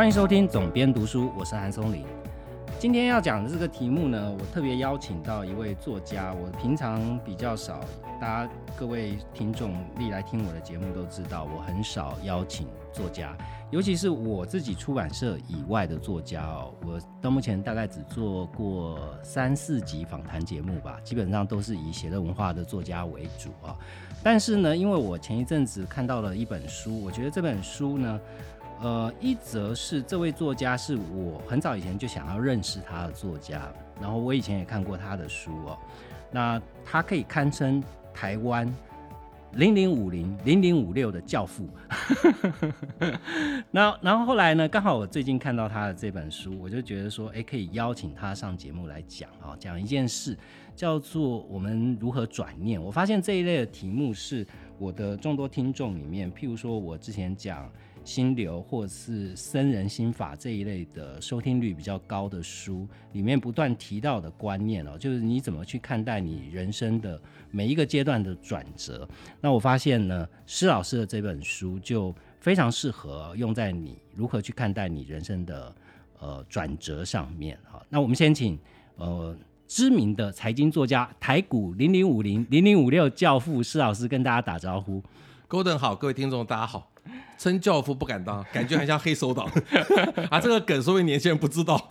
欢迎收听总编读书，我是韩松林。今天要讲的这个题目呢，我特别邀请到一位作家，我平常比较少，大家各位听众历来听我的节目都知道，我很少邀请作家，尤其是我自己出版社以外的作家哦，我到目前大概只做过3-4集访谈节目吧，基本上都是以写乐文化的作家为主啊。但是呢，因为我前一阵子看到了一本书，我觉得这本书呢，一则是这位作家是我很早以前就想要认识他的作家，然后我以前也看过他的书哦，那他可以堪称台湾0050、0056的教父。然后后来呢，刚好我最近看到他的这本书，我就觉得说，可以邀请他上节目来讲一件事，叫做我们如何转念。我发现这一类的题目是我的众多听众里面，譬如说我之前讲心流或是僧人心法这一类的收听率比较高的书里面不断提到的观念哦，就是你怎么去看待你人生的每一个阶段的转折。那我发现呢，施老师的这本书就非常适合用在你如何去看待你人生的转折上面。那我们先请知名的财经作家台股0050、0056教父施老师跟大家打招呼。 Golden 好，各位听众大家好。称教父不敢当，感觉很像黑手党啊！这个梗说明年轻人不知道。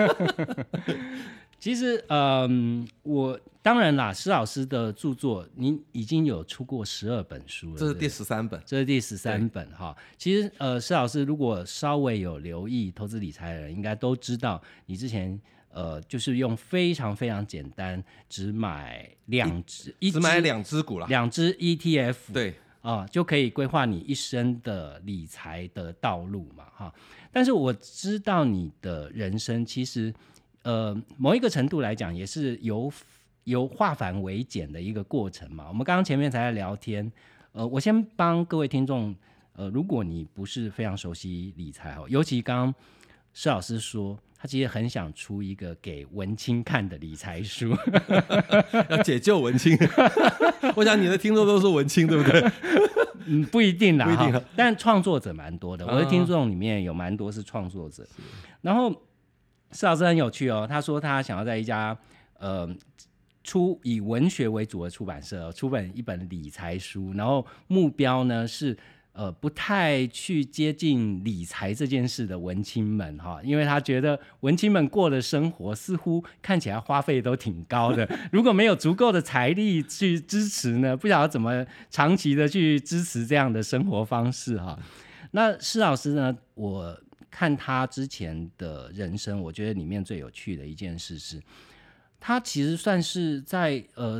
其实，我当然啦，施老师的著作，您已经有出过12本书了， 这是第13本， 这是第13本哈。其实，施老师如果稍微有留意投资理财的人，应该都知道，你之前就是用非常非常简单，只买2只股啦 ，2只 ETF， 对。 就可以规划你一生的理财的道路嘛，哈。但是我知道你的人生其实，某一个程度来讲，也是由化繁为简的一个过程嘛。我们刚刚前面才在聊天，我先帮各位听众，如果你不是非常熟悉理财，尤其刚刚施老师说，他其实很想出一个给文青看的理财书， 要解救文青。我想你的听众都是文青，对不对？ 不一定啦，不一定，但创作者蛮多的。我的听众里面有蛮多是创作者。然后施老师很有趣哦，他说他想要在一家以文学为主的出版社出版一本理财书，然后目标呢是不太去接近理财这件事的文青们哈，因为他觉得文青们过的生活似乎看起来花费都挺高的，如果没有足够的财力去支持呢，不晓得怎么长期的去支持这样的生活方式哈。那施老师呢，我看他之前的人生，我觉得里面最有趣的一件事是，他其实算是在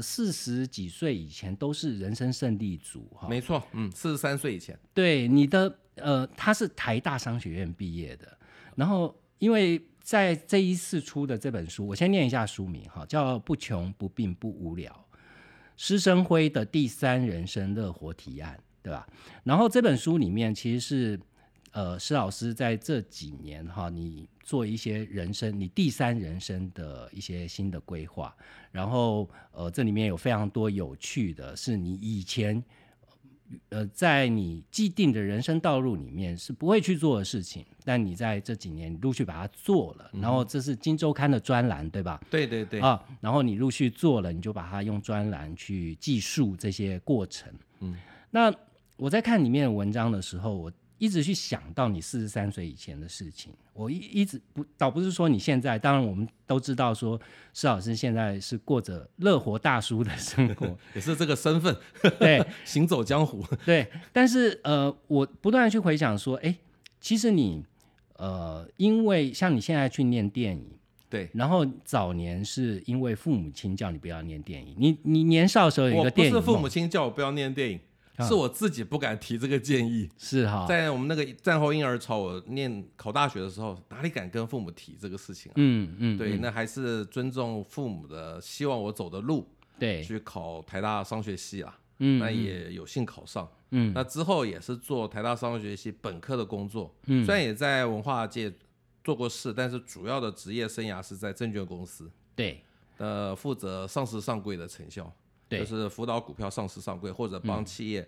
40几岁以前都是人生胜利组哈。 没错，43岁以前。 对，你的他是台大商学院毕业的，然后因为在这一次出的这本书，我先念一下书名哈，叫《不穷不病不无聊：施昇辉的第3人生乐活提案》，对吧？然后这本书里面其实是施老师在这几年哈，你做一些人生，你第3人生的一些新的规划，然后这里面有非常多有趣的，是你以前在你既定的人生道路里面是不会去做的事情，但你在这几年陆续把它做了，然后这是金周刊的专栏，对吧？ 对对对然后你陆续做了，你就把它用专栏去记述这些过程。那我在看里面的文章的时候，我一直去想到你43岁以前的事情，我一直倒不是说你现在，当然我们都知道说施老师现在是过着乐活大叔的生活， 也是这个身份， 对， 行走江湖， 对。但是我不断的去回想说，其实你因为像你现在去念电影， 对， 然后早年是因为父母亲叫你不要念电影，你年少的时候有一个电影梦， 我不是父母亲叫我不要念电影。是我自己不敢提这个建议， 是哈， 在我们那个战后婴儿潮，我考大学的时候，哪里敢跟父母提这个事情啊？对，那还是尊重父母的希望我走的路， 对， 去考台大商学系啦，那也有幸考上，那之后也是做台大商学系本科的工作，虽然也在文化界做过事，但是主要的职业生涯是在证券公司， 对， 负责上市上柜的成效。就是辅导股票上市上柜，或者帮企业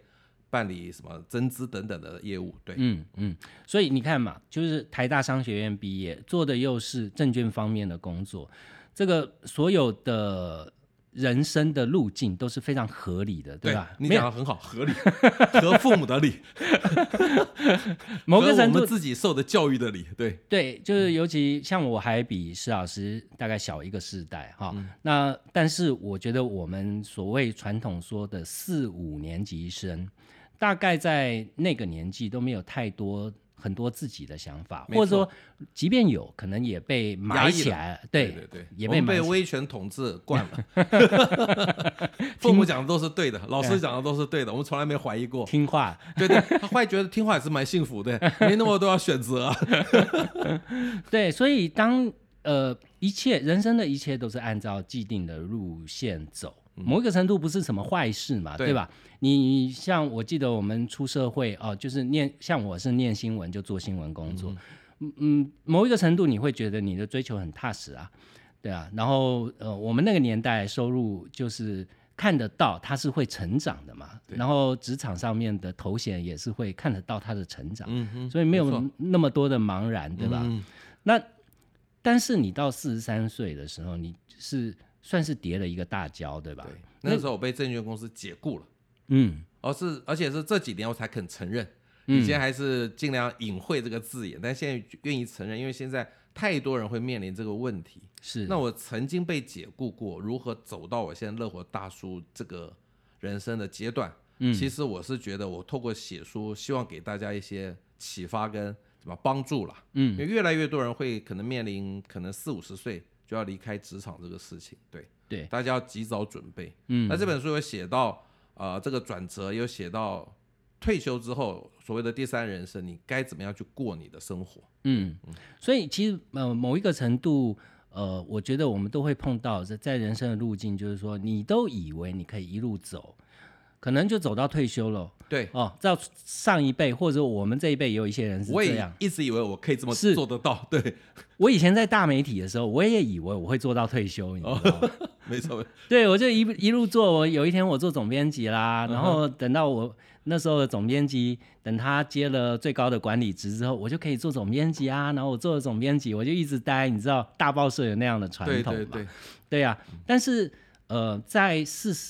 办理什么增资等等的业务。对， 所以你看嘛，就是台大商学院毕业，做的又是证券方面的工作，这个所有的人生的路径都是非常合理的，对吧？ 你讲的很好，合理，合父母的理， 某个程度和我们自己受的教育的理， 对，就是尤其像我还比施老师大概小一个世代哈，那但是我觉得我们所谓传统说的4、5年级生，大概在那个年纪都没有很多自己的想法，或者说即便有可能也被埋起来了，对，也被威权统治惯了。父母讲的都是对的，老师讲的都是对的，我们从来没怀疑过。 听话， 对，他会觉得听话也是蛮幸福的，没那么多要选择啊。 对，所以当人生的一切都是按照既定的路线走，某一个程度不是什么坏事嘛，对吧？你像我记得我们出社会就是像我是念新闻就做新闻工作，某一个程度你会觉得你的追求很踏实啊，对啊。然后我们那个年代收入就是看得到它是会成长的嘛，然后职场上面的头衔也是会看得到它的成长，所以没有那么多的茫然，对吧？那但是你到43岁的时候，你算是跌了一个大跤，对吧？对， 那个时候我被证券公司解雇了，而且是这几年我才肯承认，以前还是尽量隐晦这个字眼，但现在愿意承认，因为现在太多人会面临这个问题。 是， 那我曾经被解雇过，如何走到我现在乐活大叔这个人生的阶段？其实我是觉得我透过写书，希望给大家一些启发跟什么帮助啦。因为越来越多人会可能面临可能40、50岁就要离开职场这个事情，对，大家要及早准备。那这本书有写到这个转折，有写到退休之后所谓的第三人生，你该怎么样去过你的生活。 所以其实某一个程度我觉得我们都会碰到在人生的路径，就是说你都以为你可以一路走，可能就走到退休了。 对在上一辈或者我们这一辈也有一些人是这样， 我也一直以为我可以这么做得到。对， 我以前在大媒体的时候，我也以为我会做到退休，你知道吗？ 没错。 对，我就一路做，我有一天我做总编辑啦，然后等到我那时候的总编辑，等他接了最高的管理职之后，我就可以做总编辑啊。然后我做了总编辑，我就一直待，你知道大报社有那样的传统嘛？对啊。但是在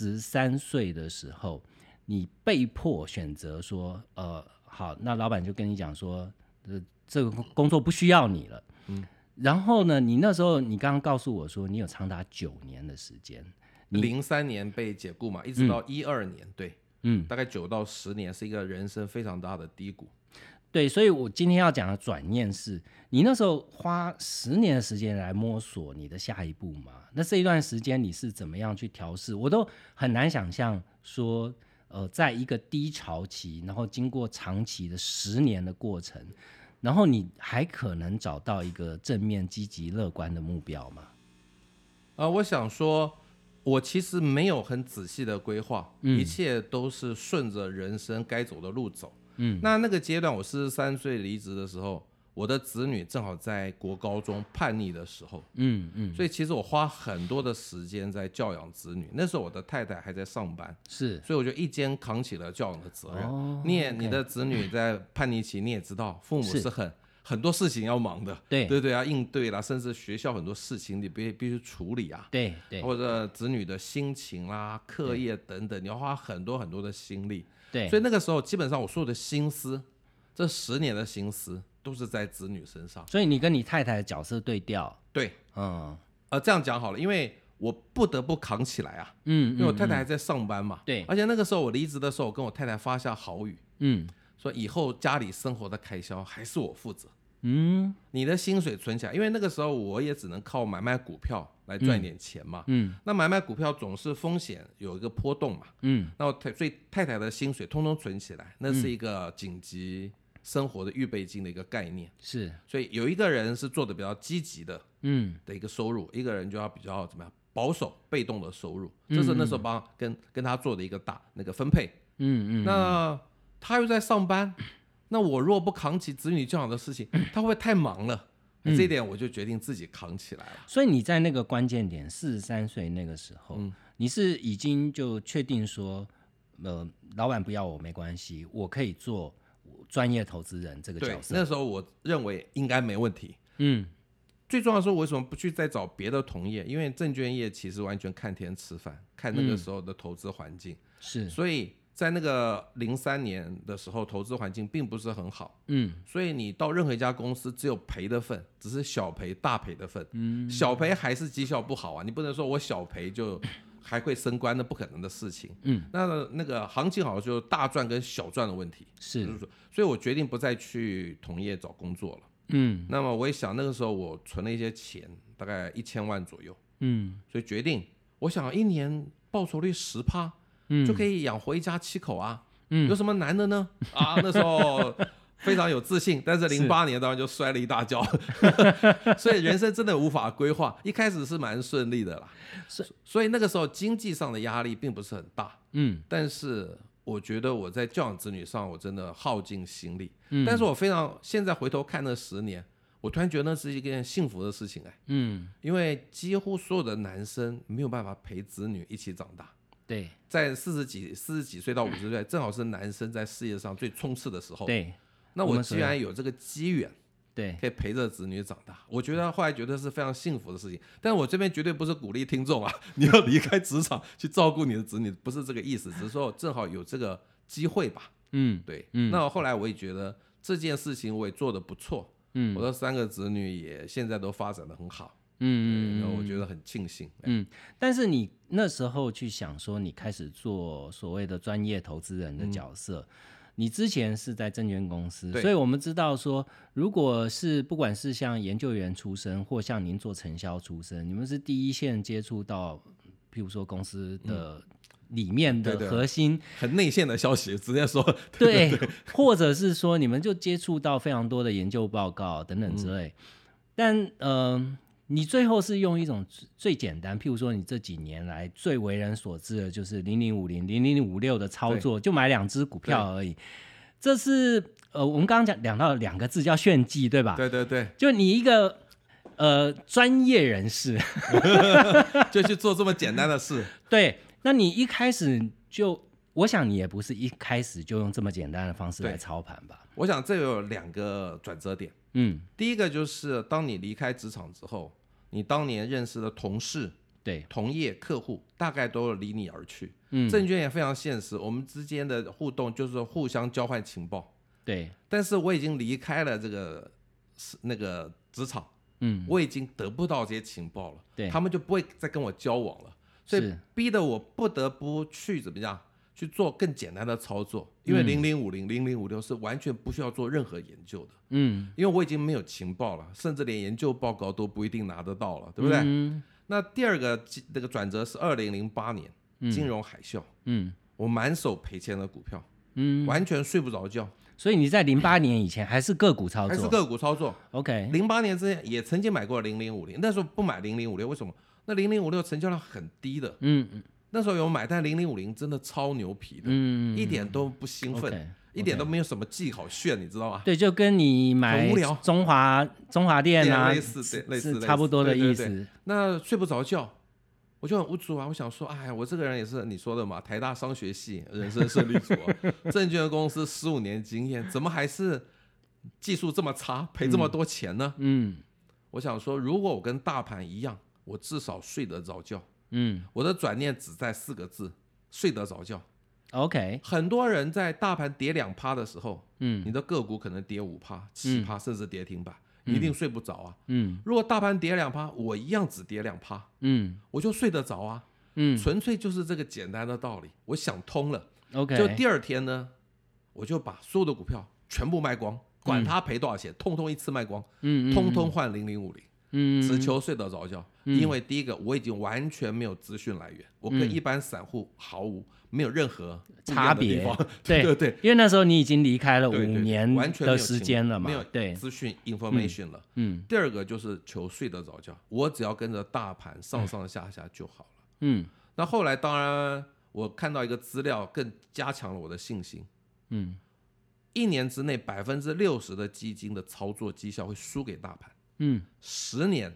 43岁的时候，你被迫选择说好，那老板就跟你讲说这个工作不需要你了。然后呢，你那时候你刚刚告诉我说你有长达9年的时间 ，03年被解雇嘛，一直到12年，对，大概9到10年是一个人生非常大的低谷。 对，所以我今天要讲的转念是，你那时候花10年的时间来摸索你的下一步嘛？那这一段时间你是怎么样去调试？我都很难想象说，在一个低潮期，然后经过长期的10年的过程，然后你还可能找到一个正面、积极、乐观的目标吗？ 我想说，我其实没有很仔细的规划，一切都是顺着人生该走的路走。那个阶段，我43岁离职的时候，我的子女正好在国高中叛逆的时候，所以其实我花很多的时间在教养子女。那时候我的太太还在上班，所以我就一肩扛起了教养的责任。你的子女在叛逆期，你也知道，父母是很多事情要忙的，对，要应对啦，甚至学校很多事情你必须处理啊， 对， 或者子女的心情啦、课业等等，你要花很多很多的心力。 对， 所以那个时候基本上我所有的心思，这10年的心思都是在子女身上。 所以你跟你太太的角色对调。 对，这样讲好了，因为我不得不扛起来啊，因为我太太还在上班嘛， 对， 而且那个时候我离职的时候，我跟我太太发下豪语，说以后家里生活的开销还是我负责。你的薪水存起来，因为那个时候我也只能靠买卖股票来赚一点钱嘛。那买卖股票总是风险有一个波动嘛。那所以太太的薪水通通存起来，那是一个紧急生活的预备金的一个概念。是，所以有一个人是做的比较积极的，的一个收入，一个人就要比较怎么样保守被动的收入。这是那时候跟他做的一个那个分配。那他又在上班。那我若不扛起子女教养的事情，他会不会太忙了？这一点我就决定自己扛起来了。 所以你在那个关键点，43岁那个时候，你是已经就确定说， 老板不要我没关系，我可以做专业投资人这个角色。 对，那时候我认为应该没问题。最重要的是，我为什么不去再找别的同业？因为证券业其实完全看天吃饭，看那个时候的投资环境。 是， 所以在那个03年的时候，投资环境并不是很好。所以你到任何一家公司，只有赔的份，只是小赔大赔的份。小赔还是绩效不好啊，你不能说我小赔就还会升官，那不可能的事情。那个行情好就大赚跟小赚的问题。 是， 所以我决定不再去同业找工作了。那么我也想那个时候我存了一些钱，大概1000万左右。所以决定，我想一年报酬率10%，就可以养活一家7口啊。有什么难的呢？那时候非常有自信，但是08年当然就摔了一大跤，所以人生真的无法规划。一开始是蛮顺利的啦，所以那个时候经济上的压力并不是很大。但是我觉得我在教养子女上我真的耗尽心力。但是我现在回头看那10年，我突然觉得那是一件幸福的事情。因为几乎所有的男生没有办法陪子女一起长大。 对， 在40几岁到50岁，正好是男生在事业上最冲刺的时候。 对， 那我既然有这个机缘， 对， 可以陪着子女长大，我觉得后来觉得是非常幸福的事情。但我这边绝对不是鼓励听众你要离开职场去照顾你的子女，不是这个意思，只是说正好有这个机会吧。对。那后来我也觉得这件事情我也做得不错。我的3个子女也现在都发展得很好。我觉得很庆幸。 但是你那时候去想说，你开始做所谓的专业投资人的角色，你之前是在证券公司，所以我们知道说，如果是不管是像研究员出身，或像您做承销出身，你们是第一线接触到，譬如说公司的里面的核心， 很内线的消息，直接说。 对，或者是说你们就接触到非常多的研究报告等等之类。但你最后是用一种最简单，譬如说你这几年来最为人所知的就是0050、0056的操作，就买2只股票而已。这是我们刚刚讲到2个字叫炫技，对吧？ 对， 就你一个专业人士就去做这么简单的事。 对，那你一开始就，我想你也不是一开始就用这么简单的方式来操盘吧？ 我想这有2个转折点。第一个就是当你离开职场之后，你当年认识的同事、 对同业、客户大概都离你而去。证券也非常现实，我们之间的互动就是互相交换情报。 对， 但是我已经离开了这个那个职场，我已经得不到这些情报了。对，他们就不会再跟我交往了，所以逼得我不得不去怎么样去做更简单的操作。因为0050、0056是完全不需要做任何研究的。因为我已经没有情报了，甚至连研究报告都不一定拿得到了，对不对？那第二个那个转折是2008年金融海啸。我满手赔钱的股票，完全睡不着觉。 所以你在08年以前还是个股操作？ 还是个股操作。 OK。 08年之前也曾经买过0050，那时候不买0056，为什么？那0056成交量很低的。那时候有买，但0050真的超牛皮的。一点都不兴奋。一点都没有什么技好炫，你知道吗？ 对，就跟你买中华店啊， 类似差不多的意思。 对。那睡不着觉，我就很无助啊。我想说，哎，我这个人也是你说的嘛，台大商学系，人生胜利组，证券公司15年经验，怎么还是技术这么差，赔这么多钱呢？我想说，如果我跟大盘一样，我至少睡得着觉。我的转念只在4个字：睡得着觉。 OK。 很多人在大盘跌2%的时候，你的个股可能跌5%、7%，甚至跌停板，你一定睡不着啊。如果大盘跌2%，我一样只跌2%，我就睡得着啊。纯粹就是这个简单的道理，我想通了。 OK。 就第2天呢，我就把所有的股票全部卖光，管它赔多少钱，通通一次卖光，通通换0050。只求睡得着觉。因为第一个我已经完全没有资讯来源，我跟一般散户毫无没有任何差别。 对， 因为那时候你已经离开了5年的时间了嘛， 没有资讯 information 了。第2个就是求睡得着觉，我只要跟着大盘上上下下就好了。那后来当然我看到一个资料更加强了我的信心。1年之内60%的基金的操作绩效会输给大盘。10年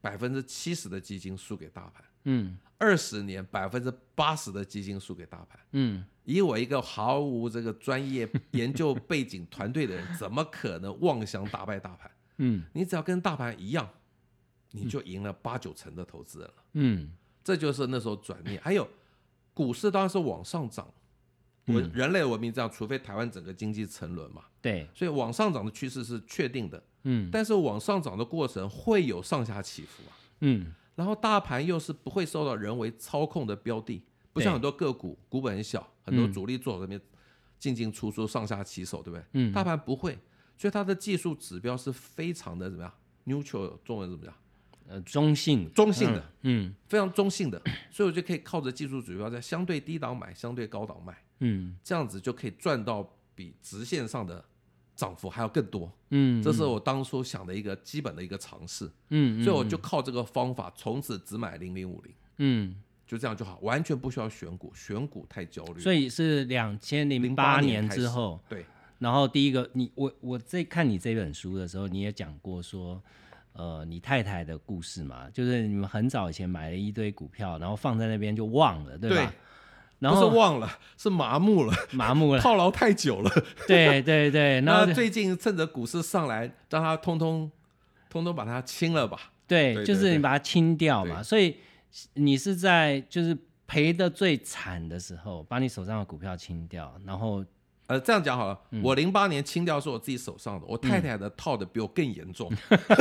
70%的基金输给大盘，20年80%的基金输给大盘， 以我一个毫无这个专业研究背景团队的人，怎么可能妄想打败大盘？你只要跟大盘一样，你就赢了8-9成的投资人了。这就是那时候转念。还有股市当然是往上涨，人类文明这样，除非台湾整个经济沉沦嘛。 对， 所以往上涨的趋势是确定的。但是往上涨的过程会有上下起伏啊。然后大盘又是不会受到人为操控的标的，不像很多个股股本很小，很多主力做这边进进出出上下起手，对不对？大盘不会，所以它的技术指标是非常的怎么样 ？neutral 中文怎么讲？ 中性的，非常中性的，所以我就可以靠着技术指标在相对低档买，相对高档卖，这样子就可以赚到比直线上的涨幅还要更多。这是我当初想的一个基本的一个尝试。所以我就靠这个方法，从此只买0050。就这样就好，完全不需要选股，选股太焦虑。 所以是2008年之后， 对。 然后第一个，我在看你这本书的时候，你也讲过说，你太太的故事嘛，就是你们很早以前买了一堆股票，然后放在那边就忘了，对吧？ 对， 然后不是忘了，是麻木了，套牢太久了。 对对对， 那最近趁着股市上来，让它通通把它清了吧。 对，就是你把它清掉嘛。所以你是在就是赔的最惨的时候，把你手上的股票清掉，然后这样讲好了，我08年清掉是我自己手上的，我太太的套的比我更严重。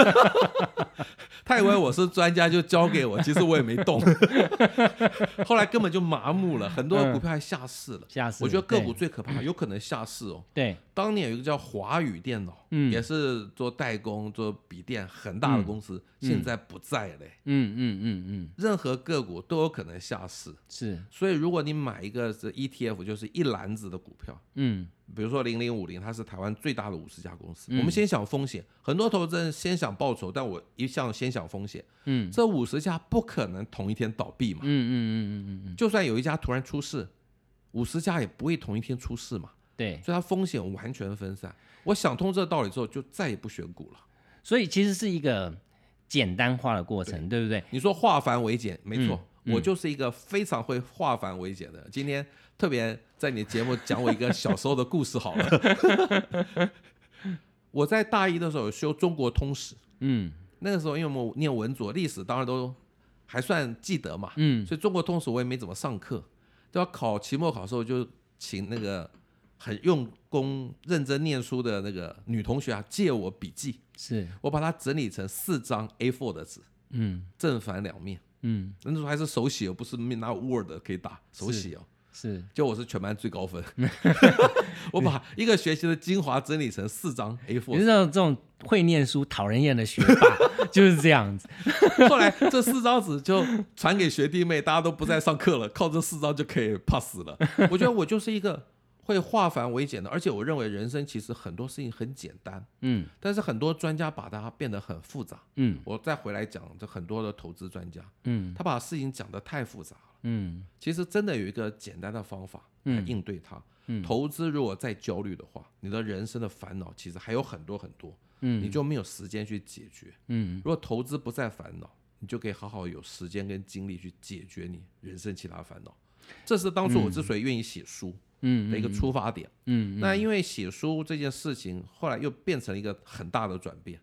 她以为我是专家就交给我，其实我也没动。后来根本就麻木了，很多股票还下市了。我觉得个股最可怕，有可能下市哦。 对， 当年有一个叫华宇电脑，也是做代工做笔电很大的公司，现在不在了。任何个股都有可能下市。 是， 所以如果你买一个是 ETF， 就是一篮子的股票，比如说0050，它是台湾最大的50家公司。我们先想风险，很多投资人先想报酬，但我一向先想风险。这50家不可能同一天倒闭嘛。就算有一家突然出事，50家也不会同一天出事嘛。 对， 所以它风险完全分散。我想通这个道理之后，就再也不选股了。 所以其实是一个简单化的过程， 对不对？ 你说化繁为简，没错。我就是一个非常会化繁为简的。今天特别在你的节目讲我一个小时候的故事好了。我在大一的时候有修中国通史，那个时候因为我们念文组，历史当然都还算记得嘛，所以中国通史我也没怎么上课，都要考期末考的时候就请那个很用功认真念书的那个女同学借我笔记， 是我把它整理成4张 A4 的纸，正反两面。那时候还是手写，不是拿 Word 可以打，手写哦。 是， 就我是全班最高分。我把一个学期的精华整理成4张 A4。 你知道这种会念书、讨人厌的学霸就是这样子。 后来这4张纸就传给学弟妹，大家都不再上课了，靠这4张就可以 pass 了。我觉得我就是一个会化繁为简的，而且我认为人生其实很多事情很简单，但是很多专家把它变得很复杂，我再回来讲，这很多的投资专家，他把事情讲得太复杂了，其实真的有一个简单的方法来应对它。投资如果再焦虑的话，你的人生的烦恼其实还有很多很多，你就没有时间去解决。如果投资不再烦恼，你就可以好好有时间跟精力去解决你人生其他烦恼。这是当初我之所以愿意写书的一个出发点。那因为写书这件事情后来又变成了一个很大的转变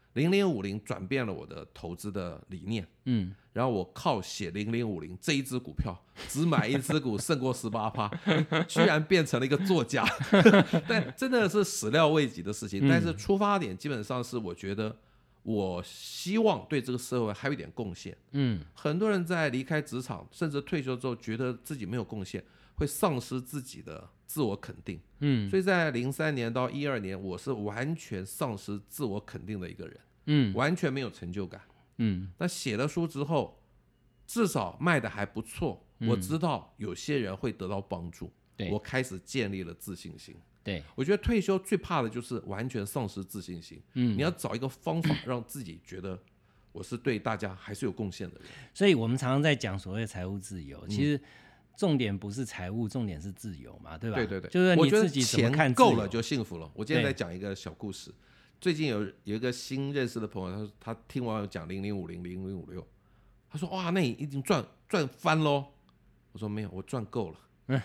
，0050转变了我的投资的理念。然后我靠写0050这一只股票，只买一只股胜过 18%， 居然变成了一个作家。但真的是始料未及的事情。但是出发点基本上是我觉得我希望对这个社会还有一点贡献。很多人在离开职场甚至退休之后觉得自己没有贡献，会丧失自己的自我肯定。所以在03年到12年，我是完全丧失自我肯定的一个人，完全没有成就感。那写了书之后，至少卖的还不错，我知道有些人会得到帮助，我开始建立了自信心。 对， 我觉得退休最怕的就是完全丧失自信心。你要找一个方法让自己觉得我是对大家还是有贡献的人。 所以我们常常在讲所谓的财务自由，其实重点不是财务，重点是自由嘛，对吧？ 对对对， 就是你自己怎么看自由， 我觉得钱够了就幸福了。我今天在讲一个小故事，最近有一个新认识的朋友，他听完我讲0050、0056，他说哇，那你已经赚翻咯。我说没有，我赚够了。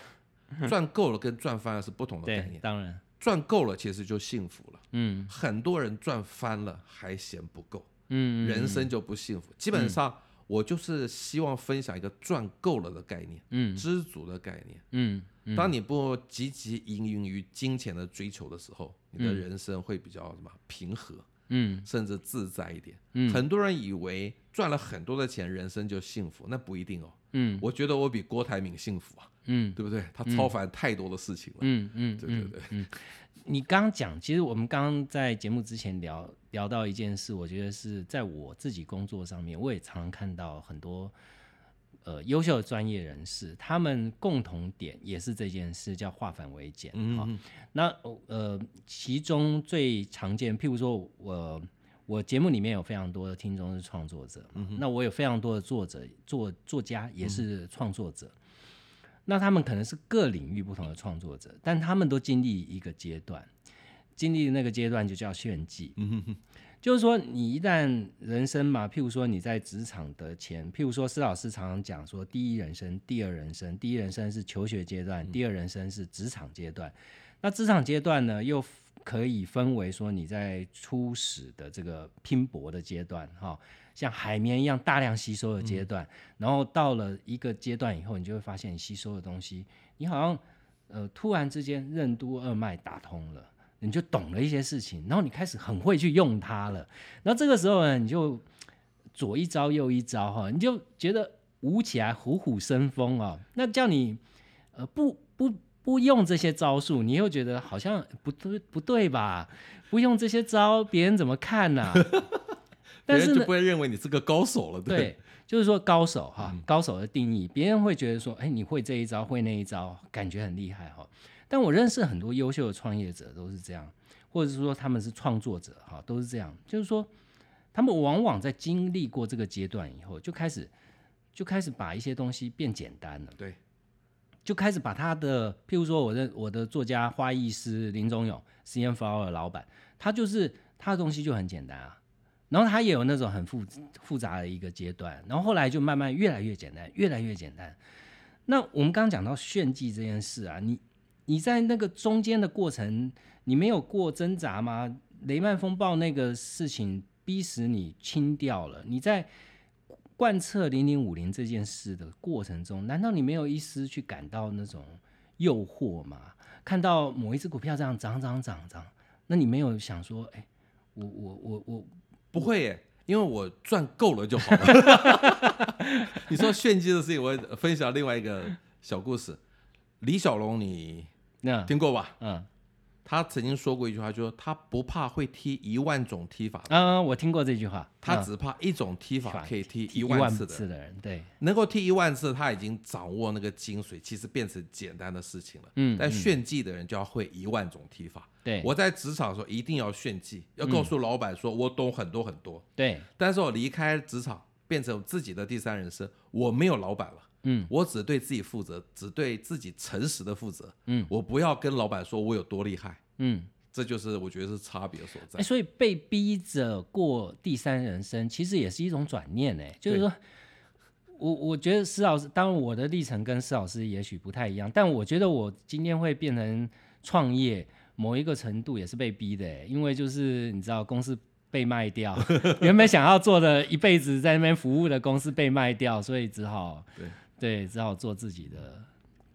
赚够了跟赚翻了是不同的概念。 当然， 赚够了其实就幸福了。很多人赚翻了还嫌不够，人生就不幸福。基本上我就是希望分享一个赚够了的概念，知足的概念。当你不汲汲营营于金钱的追求的时候，你的人生会比较什么平和，甚至自在一点。很多人以为赚了很多的钱人生就幸福，那不一定哦。我觉得我比郭台铭幸福啊，对不对？他超凡太多的事情了。对。 你刚刚讲，其实我们刚刚在节目之前聊到一件事，我觉得是在我自己工作上面，我也常常看到很多优秀的专业人士，他们共同点也是这件事，叫化繁为简。那其中最常见，譬如说我节目里面有非常多的听众是创作者，那我有非常多的作家也是创作者。那他们可能是各领域不同的创作者，但他们都经历一个阶段，经历那个阶段就叫炫技。就是说你一旦人生嘛，譬如说你在职场得钱，譬如说施老师常常讲说第一人生、第二人生，第一人生是求学阶段，第二人生是职场阶段。那职场阶段呢，又可以分为说你在初始的这个拼搏的阶段，像海绵一样大量吸收的阶段，然后到了一个阶段以后，你就会发现你吸收的东西，你好像突然之间任督二脉打通了，你就懂了一些事情，然后你开始很会去用它了。然后这个时候呢，你就左一招右一招，你就觉得舞起来虎虎生风啊。那叫你不用这些招数，你又觉得好像不对吧？不用这些招，别人怎么看呢？ 但是别人就不会认为你是个高手了。 对，就是说高手高手的定义，别人会觉得说，你会这一招，会那一招，感觉很厉害。但我认识很多优秀的创业者都是这样，或者是说他们是创作者都是这样，就是说他们往往在经历过这个阶段以后，就开始把一些东西变简单了。 对。 就开始把他的，譬如说我的作家花艺师林宗勇 CM Flower 的老板，他就是他的东西就很简单啊，然后他也有那种很复杂的一个阶段，然后后来就慢慢越来越简单，越来越简单。那我们刚刚讲到炫技这件事啊，你在那个中间的过程，你没有过挣扎吗？雷曼风暴那个事情逼使你清掉了，你在贯彻0050这件事的过程中，难道你没有一丝去感到那种诱惑吗？看到某一只股票这样涨，那你没有想说，我不会耶，因为我赚够了就好了。你说炫技的事情，我分享另外一个小故事。李小龙，你听过吧？他曾经说过一句话，就说他不怕会踢10000种踢法。 我听过这句话。 他只怕一种踢法可以踢10000次的人。 对， 能够踢10000次，他已经掌握那个精髓，其实变成简单的事情了。但炫技的人就要会10000种踢法。 对， 我在职场的时候一定要炫技，要告诉老板说我懂很多很多。 对， 但是我离开职场，变成自己的第三人生，我没有老板了。我只对自己负责，只对自己诚实的负责。我不要跟老板说我有多厉害。这就是我觉得是差别所在。 所以被逼着过第三人生，其实也是一种转念。就是说，我觉得施老师，当然我的历程跟施老师也许不太一样，但我觉得我今天会变成创业，某一个程度也是被逼的。因为就是你知道，公司被卖掉，原本想要做的一辈子在那边服务的公司被卖掉，所以只好只好做自己的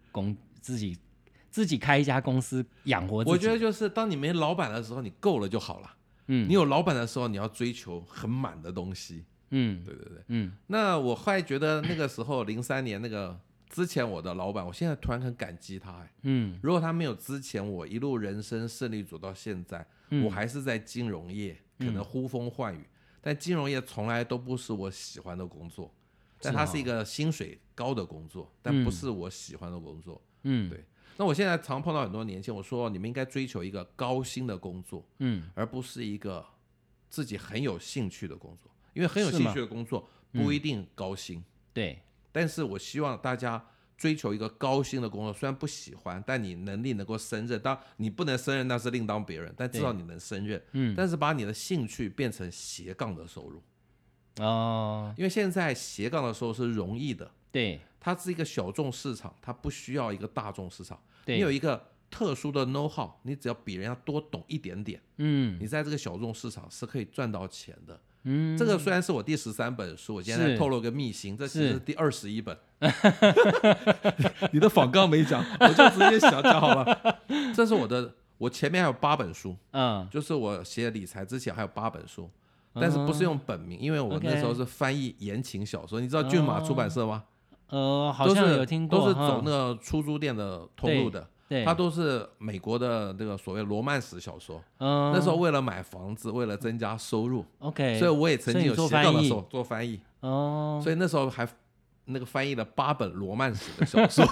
自己开一家公司养活自己。 我觉得就是当你没老板的时候，你够了就好了。你有老板的时候，你要追求很满的东西。对。那我后来觉得那个时候03年那个之前我的老板，我现在突然很感激他。如果他没有之前我一路人生胜利走到现在，我还是在金融业，可能呼风唤雨，但金融业从来都不是我喜欢的工作。但它是一个薪水高的工作，但不是我喜欢的工作。对。那我现在常碰到很多年轻人，我说你们应该追求一个高薪的工作，而不是一个自己很有兴趣的工作，因为很有兴趣的工作不一定高薪。 对。 但是我希望大家追求一个高薪的工作，虽然不喜欢，但你能力能够胜任。当然你不能胜任那是另当别论，但至少你能胜任。但是把你的兴趣变成斜杠的收入。因为现在斜杠的收入是容易的， 对， 它是一个小众市场，它不需要一个大众市场。 对， 你有一个特殊的 know how， 你只要比人家多懂一点点，你在这个小众市场是可以赚到钱的。这个虽然是我第13本书，我现在透露个秘辛，这其实是第21本。你的访纲没讲，我就直接讲好了。这是我前面还有8本书，就是我写理财之前还有8本书，但是不是用本名，因为我那时候是翻译言情小说。你知道骏马出版社吗？ 好像有听过， 都是走那个出租店的通路的。它都是美国的那个所谓罗曼史小说。那时候为了买房子，为了增加收入，所以我也曾经有斜杠的时候做翻译。所以那时候还那个翻译了8本罗曼史的小说。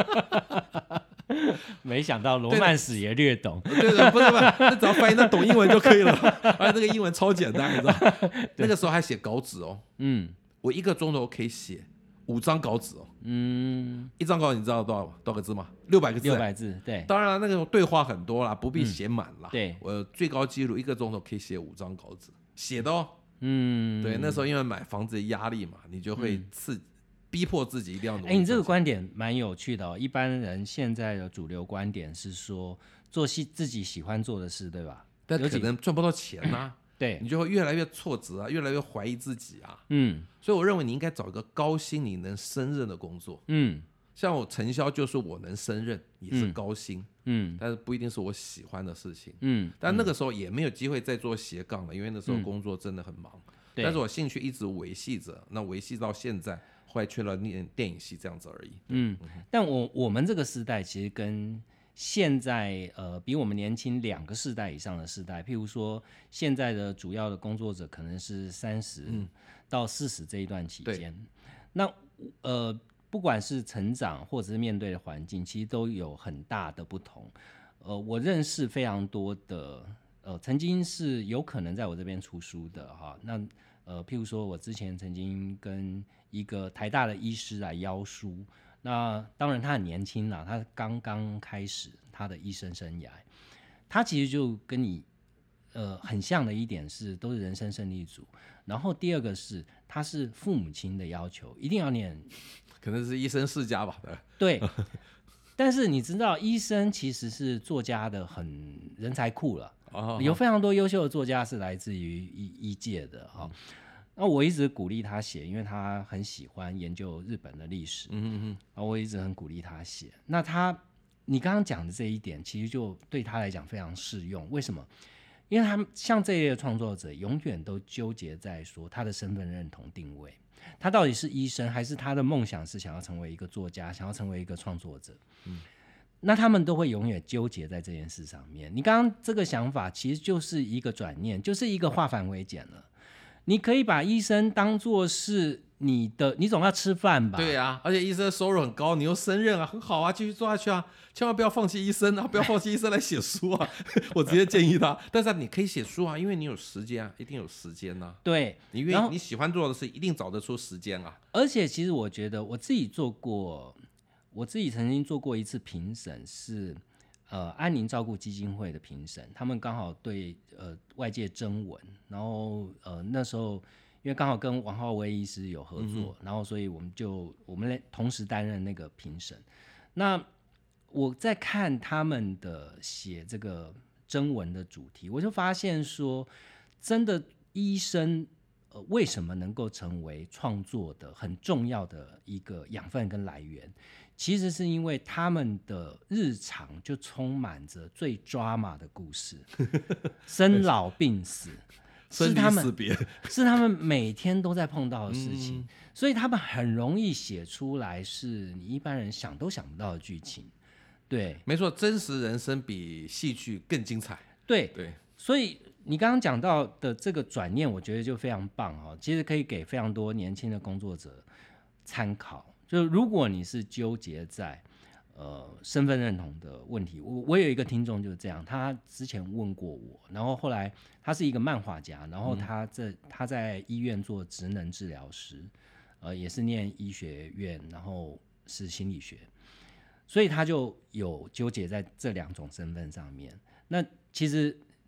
没想到罗曼史也略懂。 对，不是，那只要翻译那懂英文就可以了。而且那个英文超简单，你知道？那个时候还写稿纸哦。我1个钟头可以写5张稿纸哦。1张稿你知道多少个字吗？600个字。 600字，对。 当然了，那个对话很多啦，不必写满啦。 对， 我最高纪录1个钟头可以写5张稿纸，写的哦。对，那时候因为买房子的压力嘛，你就会逼迫自己一定要努力。 你这个观点蛮有趣的哦。一般人现在的主流观点是说，做自己喜欢做的事，对吧？ 但可能赚不到钱啊。 对， 你就会越来越挫折啊，越来越怀疑自己啊。所以我认为你应该找一个高薪你能胜任的工作。像我承销就是我能胜任，也是高薪。但是不一定是我喜欢的事情。但那个时候也没有机会再做斜杠了，因为那时候工作真的很忙。但是我兴趣一直维系着，那维系到现在，后来去了念电影系这样子而已。 但我们这个时代其实跟现在比我们年轻2个世代以上的世代，譬如说现在的主要的工作者可能是30到40这一段期间。那不管是成长或者是面对的环境，其实都有很大的不同。我认识非常多的曾经是有可能在我这边出书的哈。那譬如说我之前曾经跟一个台大的医师来邀书。那当然他很年轻啦，他刚刚开始他的医生生涯。他其实就跟你很像的一点是都是人生胜利组。然后第二个是他是父母亲的要求一定要念， 可能是医生世家吧。 对。但是你知道医生其实是作家的很人才库了。有非常多优秀的作家是来自于医界的哈。那我一直鼓励他写，因为他很喜欢研究日本的历史。我一直很鼓励他写。那你刚刚讲的这一点，其实就对他来讲非常适用。为什么？因为他们像这一类的创作者，永远都纠结在说他的身份认同定位，他到底是医生，还是他的梦想是想要成为一个作家，想要成为一个创作者。那他们都会永远纠结在这件事上面。你刚刚这个想法其实就是一个转念，就是一个化繁为简了。你可以把医生当作是你总要吃饭吧？ 对啊，而且医生的收入很高，你又胜任啊，很好啊，继续做下去啊，千万不要放弃医生啊，不要放弃医生来写书啊。我直接建议他。但是你可以写书啊，因为你有时间啊，一定有时间啊。 对， 你喜欢做的事，一定找得出时间啊。 而且其实我觉得我自己曾经做过一次评审，是安宁照顾基金会的评审，他们刚好对外界征文，然后那时候因为刚好跟王浩威医师有合作，然后所以我们同时担任那个评审。那我在看他们的写这个征文的主题，我就发现说，真的医生为什么能够成为创作的很重要的一个养分跟来源，其实是因为他们的日常就充满着最drama的故事，生老病死， 生离死别， 是他们每天都在碰到的事情，所以他们很容易写出来是你一般人想都想不到的剧情。对， 没错，真实人生比戏剧更精彩。 对，所以你刚刚讲到的这个转念，我觉得就非常棒哦。其实可以给非常多年轻的工作者参考。就如果你是纠结在身份认同的问题，我有一个听众就是这样，他之前问过我，然后后来他是一个漫画家，然后他在医院做职能治疗师，也是念医学院，然后是心理学，所以他就有纠结在这2种身份上面。那其实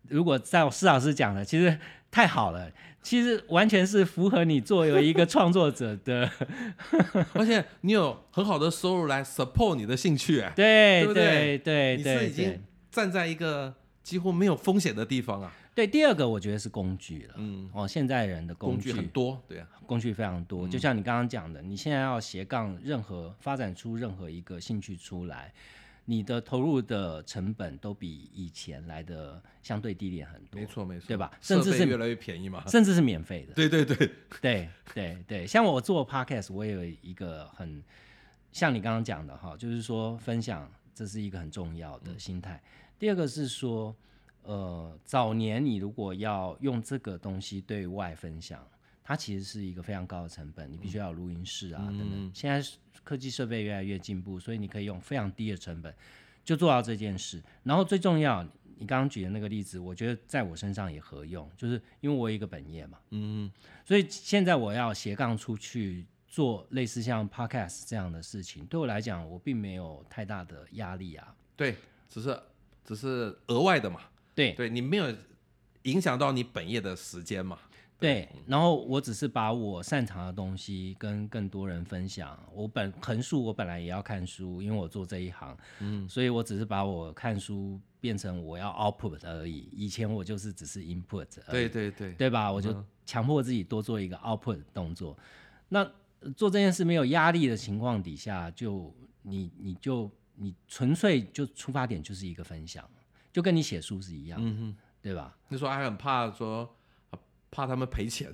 如果照施老师讲的，其实太好了，其实完全是符合你作为一个创作者的而且你有很好的收入来 support 你的兴趣， 对不对？ 对， 你是已经站在一个几乎没有风险的地方啊。 对，第二个我觉得是工具了，现在人的工具很多，对啊， 工具非常多，就像你刚刚讲的，你现在要斜杠发展出任何一个兴趣出来，你的投入的成本都比以前来的相对低廉很多， 没错， 对吧？甚至是越来越便宜嘛， 甚至是免费的。 对， 像我做 podcast， 我也有一个很像你刚刚讲的哈，就是说分享，这是一个很重要的心态。第二个是说，早年你如果要用这个东西对外分享，它其实是一个非常高的成本，你必须要有录音室啊等等。现在科技设备越来越进步，所以你可以用非常低的成本就做到这件事。然后最重要，你刚刚举的那个例子，我觉得在我身上也合用，就是因为我有一个本业嘛，所以现在我要斜杠出去做类似像 podcast 这样的事情，对我来讲，我并没有太大的压力啊。 对，只是额外的嘛。对，你没有影响到你本业的时间嘛。 对，然后我只是把我擅长的东西跟更多人分享。横竖我本来也要看书，因为我做这一行，所以我只是把我看书变成我要 output 而已。以前我就是只是 input 而已，对吧？我就强迫自己多做一个 output 的动作。那做这件事没有压力的情况底下，你纯粹就出发点就是一个分享，就跟你写书是一样的，对吧？ 那时候还很怕怕他们赔钱，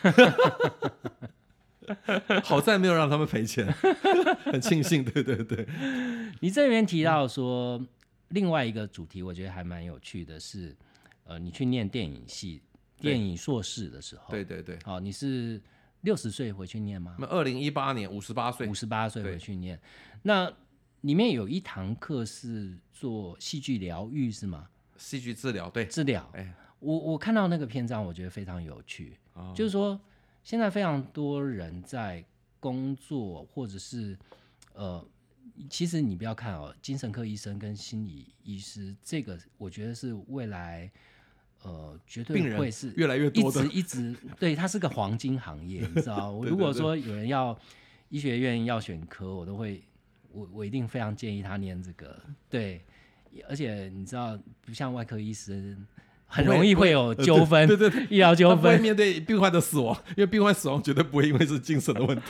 好在没有让他们赔钱，很庆幸。对。 你这边提到说，另外一个主题，我觉得还蛮有趣的是，你去念电影系、电影硕士的时候， 对。 好，你是60岁回去念吗 ？2018年 58岁回去念，那里面有一堂课是做戏剧疗愈，是吗？ 戏剧治疗，对， 治疗。我看到那个篇章，我觉得非常有趣，就是说现在非常多人在工作，或者是其实你不要看精神科医生跟心理医师，这个我觉得是未来绝对会是越来越多的， 一直对，它是个黄金行业，你知道如果说有人要医学院要选科，我都会我一定非常建议他念这个，对，而且你知道不像外科医生很容易会有纠纷， 对， 医疗纠纷， 他不会面对病患的死亡，因为病患死亡绝对不会因为是精神的问题。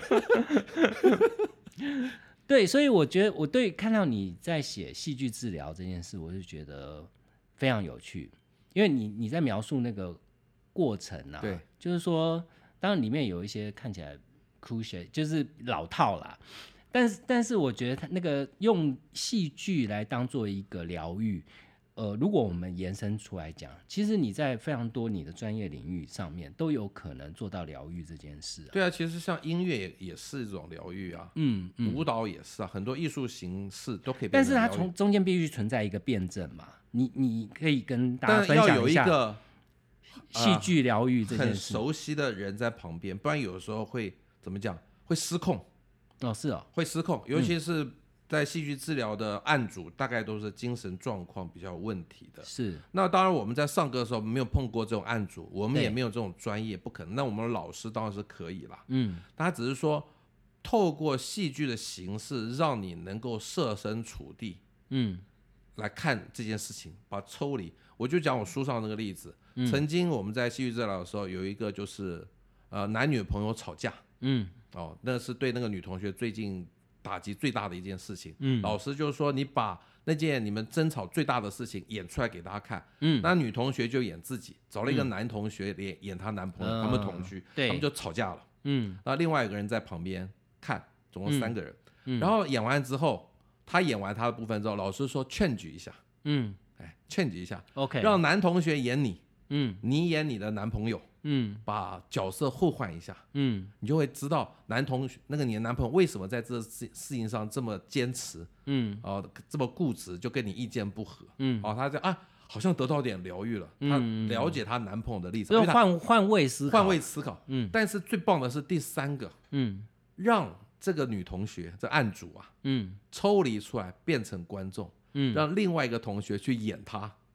对，所以我觉得我看到你在写戏剧治疗这件事，我就觉得非常有趣，因为你在描述那个过程啊， 对， 就是说，当然里面有一些看起来酷学，就是老套啦，但是我觉得他那个用戏剧来当做一个疗愈。如果我们延伸出来讲，其实你在非常多你的专业领域上面都有可能做到疗愈这件事对啊，其实像音乐也是一种疗愈啊，舞蹈也是啊，很多艺术形式都可以变成疗愈。 但是它中间必须存在一个辩证嘛，你可以跟大家分享一下， 但要有一个戏剧疗愈这件事， 很熟悉的人在旁边，不然有时候会怎么讲？会失控。 是哦， 会失控，尤其是在戏剧治疗的案主，大概都是精神状况比较有问题的。 是。 那当然，我们在上课的时候没有碰过这种案主，我们也没有这种专业，不可能。那我们的老师当然是可以啦。他只是说，透过戏剧的形式，让你能够设身处地，来看这件事情，把它抽离。我就讲我书上那个例子，曾经我们在戏剧治疗的时候，有一个就是男女朋友吵架，那是对那个女同学最近打击最大的一件事情。老师就说你把那件你们争吵最大的事情演出来给大家看。那女同学就演自己，找了一个男同学演她男朋友，他们同居，他们就吵架了。那另外一个人在旁边看，总共3个人。然后演完之后，他演完他的部分之后，老师说劝举一下，劝举一下 ，OK， 让男同学演你，你演你的男朋友。把角色互换一下，你就会知道你的男朋友为什么在这事情上这么坚持，这么固执，就跟你意见不合，他就好像得到点疗愈了，他了解她男朋友的立场， 换位思考， 但是最棒的是第3个，让这个女同学这案主抽离出来变成观众，让另外一个同学去演她。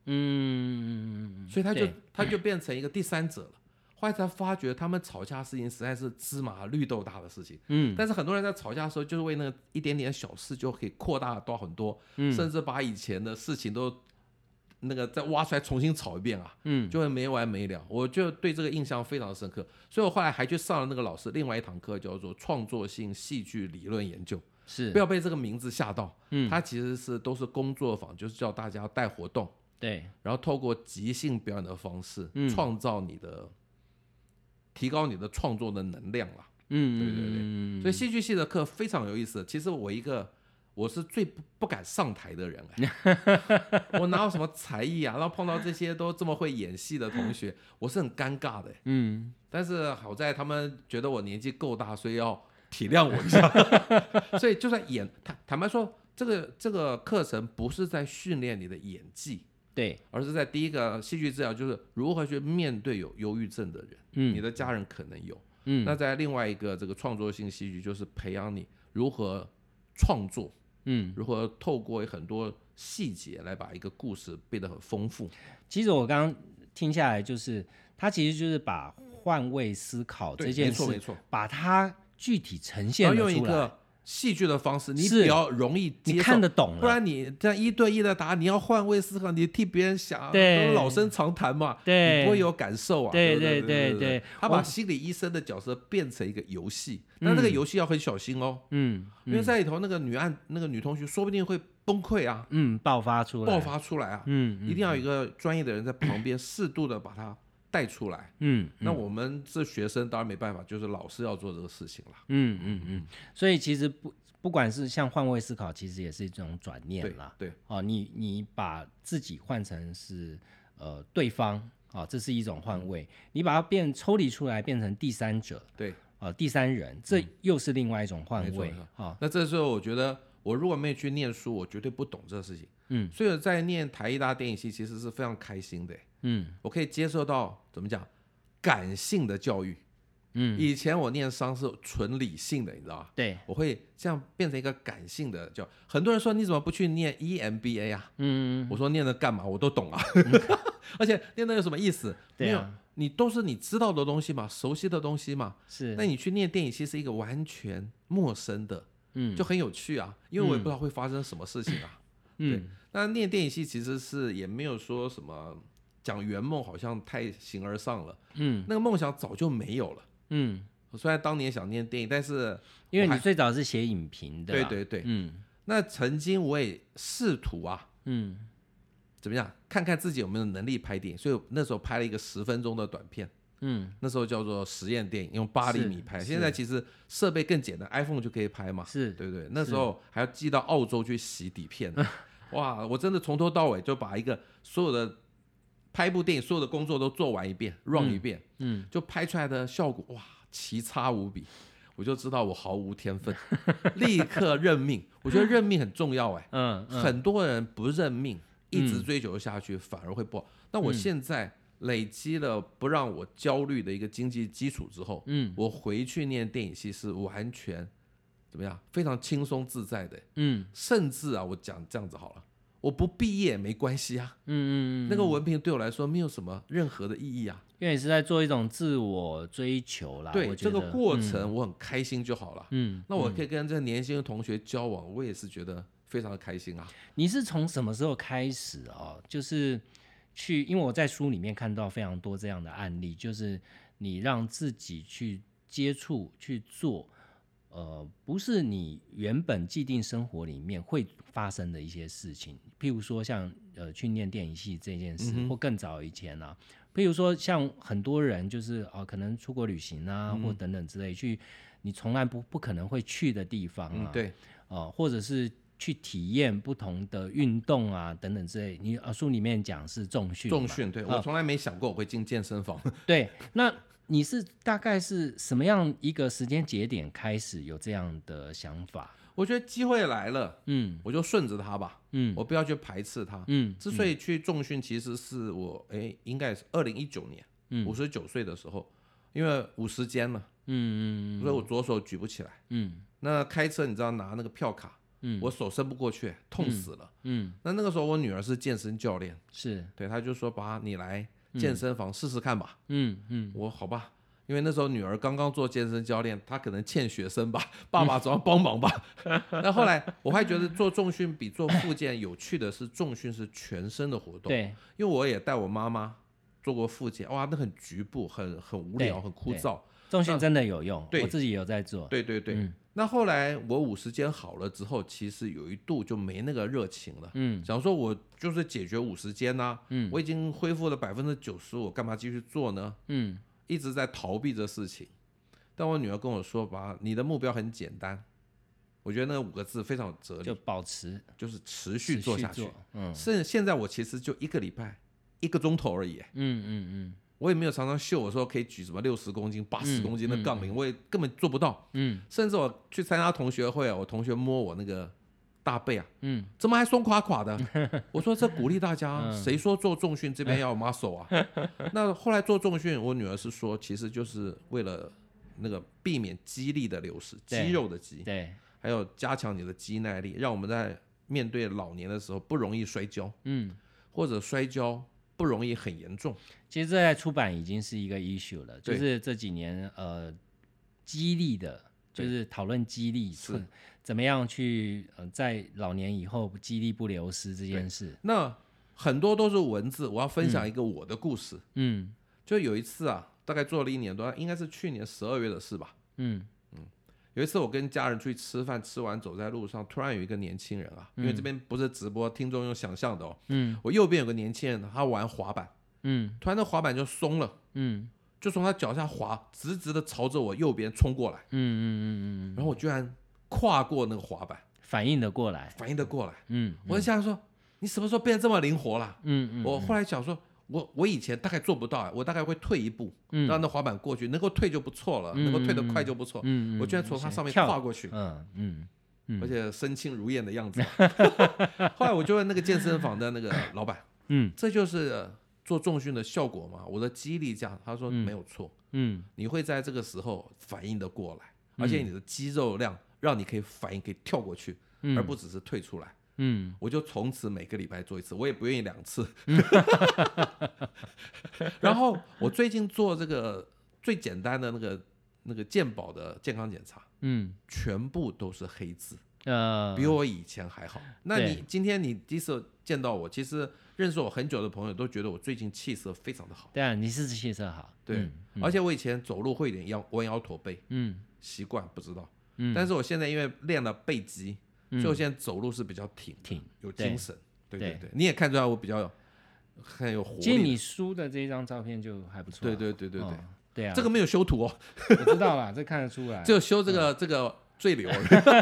所以他就变成一个第三者了。后来才发觉他们吵架的事情实在是芝麻绿豆大的事情，但是很多人在吵架的时候就是为那个一点点小事就可以扩大到很多，甚至把以前的事情都那个再挖出来重新吵一遍啊，就会没完没了。我就对这个印象非常深刻，所以我后来还去上了那个老师另外一堂课，叫做创作性戏剧理论研究。 是， 不要被这个名字吓到，它其实都是工作坊，就是叫大家带活动， 对， 然后透过即兴表演的方式，创造提高你的创作的能量啦。对，所以戏剧系的课非常有意思。其实我是最不敢上台的人我哪有什么才艺啊？然后碰到这些都这么会演戏的同学，我是很尴尬的。但是好在他们觉得我年纪够大，所以要体谅我一下。所以就算坦白说，这个课程不是在训练你的演技， 对， 而是在第一个戏剧治疗就是如何去面对有忧郁症的人，你的家人可能有，那在另外一个这个创作性戏剧就是培养你如何创作，如何透过很多细节来把一个故事变得很丰富。 其实我刚刚听下来，就是他其实就是把换位思考这件事， 没错， 把它具体呈现了出来， 用一个戏剧的方式，你比较容易接受， 你看得懂了。 不然你这样一对一的答，你要换位思考，你替别人想，都老生常谈嘛，你不会有感受啊。 对， 他把心理医生的角色变成一个游戏，但那个游戏要很小心哦，因为在里头那个女同学说不定会崩溃啊， 爆发出来啊，一定要有一个专业的人在旁边适度的把它带出来。那我们是学生，当然没办法，就是老师要做这个事情了。 所以其实不管是像换位思考，其实也是一种转念啦。 对， 你把自己换成是对方，这是一种换位，你把它抽离出来，变成第三者， 对， 第三人，这又是另外一种换位。 那这时候我觉得，我如果没有去念书，我绝对不懂这个事情。所以在念台艺大电影系其实是非常开心的。我可以接受到怎么讲感性的教育。以前我念商是纯理性的，你知道吧？ 对， 我会这样变成一个感性的教。很多人说你怎么不去念 EMBA 啊？我说念的干嘛？我都懂啊。而且念的有什么意思？没有，你都是你知道的东西嘛，熟悉的东西嘛。 是。 那你去念电影系是一个完全陌生的，就很有趣啊。因为我也不知道会发生什么事情啊。对，那念电影系其实是也没有说什么讲圆梦，好像太形而上了。那个梦想早就没有了。我虽然当年想念电影，但是因为你最早是写影评的。 对，那曾经我也试图啊，怎么样，看看自己有没有能力拍电影，所以那时候拍了一个10分钟的短片。那时候叫做实验电影，用8厘米拍。现在其实设备更简单 ，iPhone 就可以拍嘛， 是对不对？那时候还要寄到澳洲去洗底片。哇，我真的从头到尾就把一个所有的拍一部电影所有的工作都做完一遍 ，run 一遍，就拍出来的效果哇，奇差无比。我就知道我毫无天分，立刻认命。我觉得认命很重要很多人不认命，一直追求下去，反而会不好。那我现在累积了不让我焦虑的一个经济基础之后，我回去念电影系是完全怎么样，非常轻松自在的。甚至啊，我讲这样子好了。我不毕业没关系啊，那个文凭对我来说没有什么任何的意义啊， 因为你是在做一种自我追求啦。 对，这个过程我很开心就好了。那我可以跟这个年轻的同学交往，我也是觉得非常的开心啊。 你是从什么时候开始就是因为我在书里面看到非常多这样的案例，就是你让自己去接触去做。不是你原本既定生活里面会发生的一些事情，譬如说像去念电影系这件事，或更早以前啊，譬如说像很多人就是可能出国旅行啊，或等等之类，去你从来不可能会去的地方啊， 对， 或者是去体验不同的运动啊等等之类。你书里面讲是重训， 对，我从来没想过我会进健身房。 对，那你是大概是什么样一个时间节点开始有这样的想法？ 我觉得机会来了，我就顺着它吧，我不要去排斥它。之所以去重训，其实是我应该是2019年，59岁的时候，因为50肩了，所以我左手举不起来。那开车你知道拿那个票卡， 我手伸不过去，痛死了。那个时候我女儿是健身教练， 是对，她就说爸你来健身房试试看吧。我好吧。因为那时候女儿刚刚做健身教练，她可能欠学生吧，爸爸总要帮忙吧。那后来我还觉得做重训比做复健有趣的是，重训是全身的活动。 对， 因为我也带我妈妈做过复健，哇，那很局部，很无聊，很枯燥。 重训真的有用，我自己有在做。 对对对。那后来我50肩好了之后，其实有一度就没那个热情了。想说我就是解决50肩啊，我已经恢复了90%，我干嘛继续做呢？一直在逃避这事情。但我女儿跟我说吧，你的目标很简单，我觉得那5个字非常有哲理， 就保持， 就是持续做下去。现在我其实就1个礼拜1个钟头而已。我也没有常常秀我说可以举什么60公斤80公斤的杠铃，我也根本做不到。甚至我去参加同学会，我同学摸我那个大背啊，怎么还松垮垮的？我说这鼓励大家，谁说做重训这边要有 muscle 啊？那后来做重训，我女儿是说，其实就是为了那个避免肌力的流失，肌肉的肌， 对， 还有加强你的肌耐力，让我们在面对老年的时候不容易摔跤，或者摔跤不容易很严重。 其实这在出版已经是一个 issue 了，就是这几年激励的，就是讨论激励是怎么样去在老年以后肌力不流失这件事。 那很多都是文字，我要分享一个我的故事。就有一次啊，大概做了1年多，应该是去年12月的事吧。有一次我跟家人出去吃饭，吃完走在路上，突然有一个年轻人啊，因为这边不是直播，听众用想象的哦。我右边有个年轻人，他玩滑板。突然那滑板就松了。就从他脚下滑，直直的朝着我右边冲过来。然后我居然跨过那个滑板， 反应得过来。 我就想说，你什么时候变得这么灵活了？我后来想说，我以前大概做不到，我大概会退一步，让那滑板过去，能够退就不错了，能够退得快就不错。我居然从它上面跨过去，而且身轻如燕的样子。后来我就问那个健身房的那个老板，这就是做重训的效果吗？我的肌力这样，他说没有错。你会在这个时候反应得过来，而且你的肌肉量让你可以反应，可以跳过去，而不只是退出来。我就从此每个礼拜做1次，我也不愿意2次。然后我最近做这个最简单的那个健保的健康检查，全部都是黑字，比我以前还好。那今天你第一次见到我，其实认识我很久的朋友都觉得我最近气色非常的好。 对啊，你是气色好。 对，而且我以前走路会有点弯腰驼背，习惯不知道。但是我现在因为练了背肌，所以我现在走路是比较挺有精神。对，你也看出来我比较很有活力。 其实你输的这一张照片就还不错。对啊， 这个没有修图哦。 我知道啦，这看得出来。 只有修这个最流。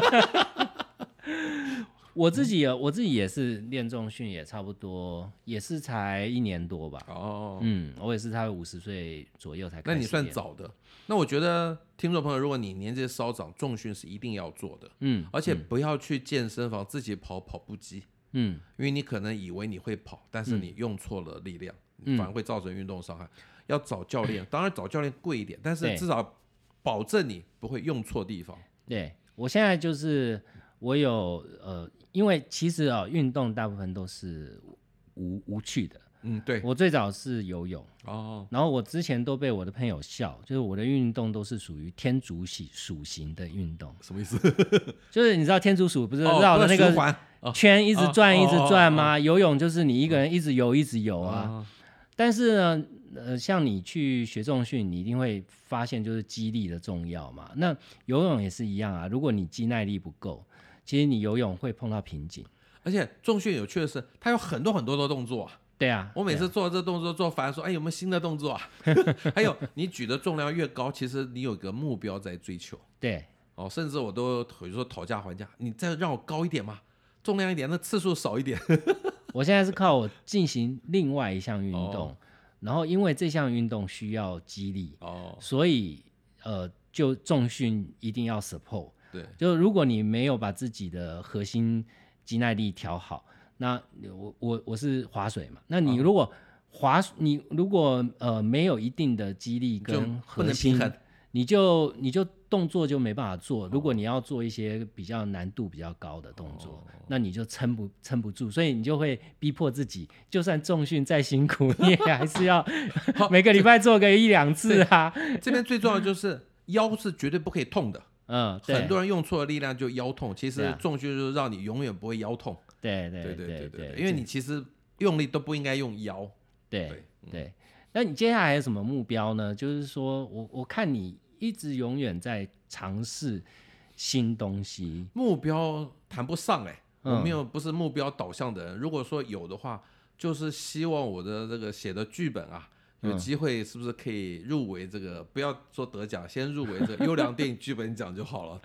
我自己也是练重训，也差不多，也是才1年多吧。我也是才50岁左右才开始练。 那你算早的。那我觉得听众朋友，如果你年纪稍长，重训是一定要做的。而且不要去健身房自己跑步机。因为你可能以为你会跑，但是你用错了力量，反而会造成运动伤害。要找教练，当然找教练贵一点，但是至少保证你不会用错地方。 对，我现在就是我有因为其实运动大部分都是无趣的。 对， 我最早是游泳。然后我之前都被我的朋友笑，就是我的运动都是属于天竺鼠型的运动。 什么意思？ 就是你知道天竺鼠不是绕的那个圈一直转吗？游泳就是你一个人一直游啊。但是呢，像你去学重训，你一定会发现就是肌力的重要嘛。那游泳也是一样啊，如果你肌耐力不够，其实你游泳会碰到瓶颈。 而且重训有趣的是，它有很多的动作啊。 对啊， 我每次做这动作做烦，说有没有新的动作啊？还有你举的重量越高，其实你有个目标在追求。 对， 甚至我都有时候讨价还价，你再让我高一点嘛，重量一点，那次数少一点。 我现在是靠我进行另外一项运动，然后因为这项运动需要肌力，所以就重训一定要 support。 对， 就如果你没有把自己的核心肌耐力调好，那我是划水嘛，那你如果你如果没有一定的肌力跟核心， 你就动作就没办法做。如果你要做一些比较难度比较高的动作，那你就撑不住，所以你就会逼迫自己，就算重训再辛苦，你也还是要每个礼拜做个1-2次啊。 这边最重要的就是腰是绝对不可以痛的。 对， 很多人用错了力量就腰痛，其实重训就是让你永远不会腰痛。 对， 因为你其实用力都不应该用腰。 对。那你接下来还有什么目标呢？就是说我看你一直永远在尝试新东西。 目标谈不上我不是目标导向的人。如果说有的话，就是希望我的这个写的剧本啊，有机会是不是可以入围这个？不要说得奖，先入围这个优良电影剧本奖就好了。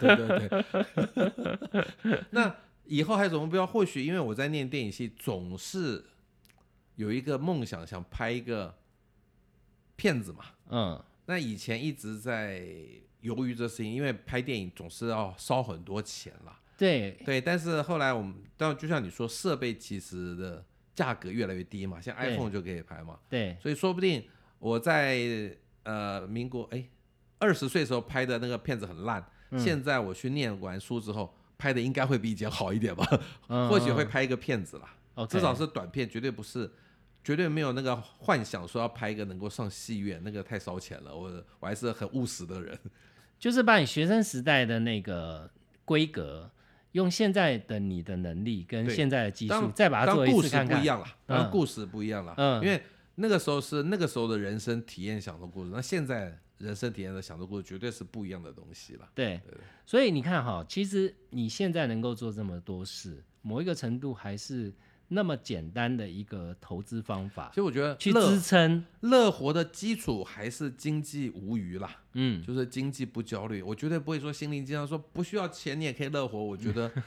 对。那以后还有什么目标？或许因为我在念电影系，总是有一个梦想，想拍一个片子嘛。那以前一直在犹豫这事情，因为拍电影总是要烧很多钱啦。 对， 但是后来我们当然就像你说，设备其实的价格越来越低嘛，像 iPhone 就可以拍嘛。 对， 所以说不定我在民国20岁的时候拍的那个片子很烂，现在我去念完书之后拍的应该会比以前好一点吧。或许会拍一个片子啦。至少是短片，绝对没有那个幻想说要拍一个能够上戏院，那个太烧钱了。我还是很务实的人， 就是把你学生时代的那个规格，用现在的你的能力跟现在的技术，再把它做一次看看。 当然故事不一样了。因为那个时候是那个时候的人生体验想的故事，那现在人生体验的想的故事绝对是不一样的东西了。 对，所以你看哈，其实你现在能够做这么多事，某一个程度还是那么简单的一个投资方法。 其实我觉得去支撑乐活的基础还是经济无虞啦。就是经济不焦虑。我绝对不会说心灵鸡汤说不需要钱你也可以乐活。我觉得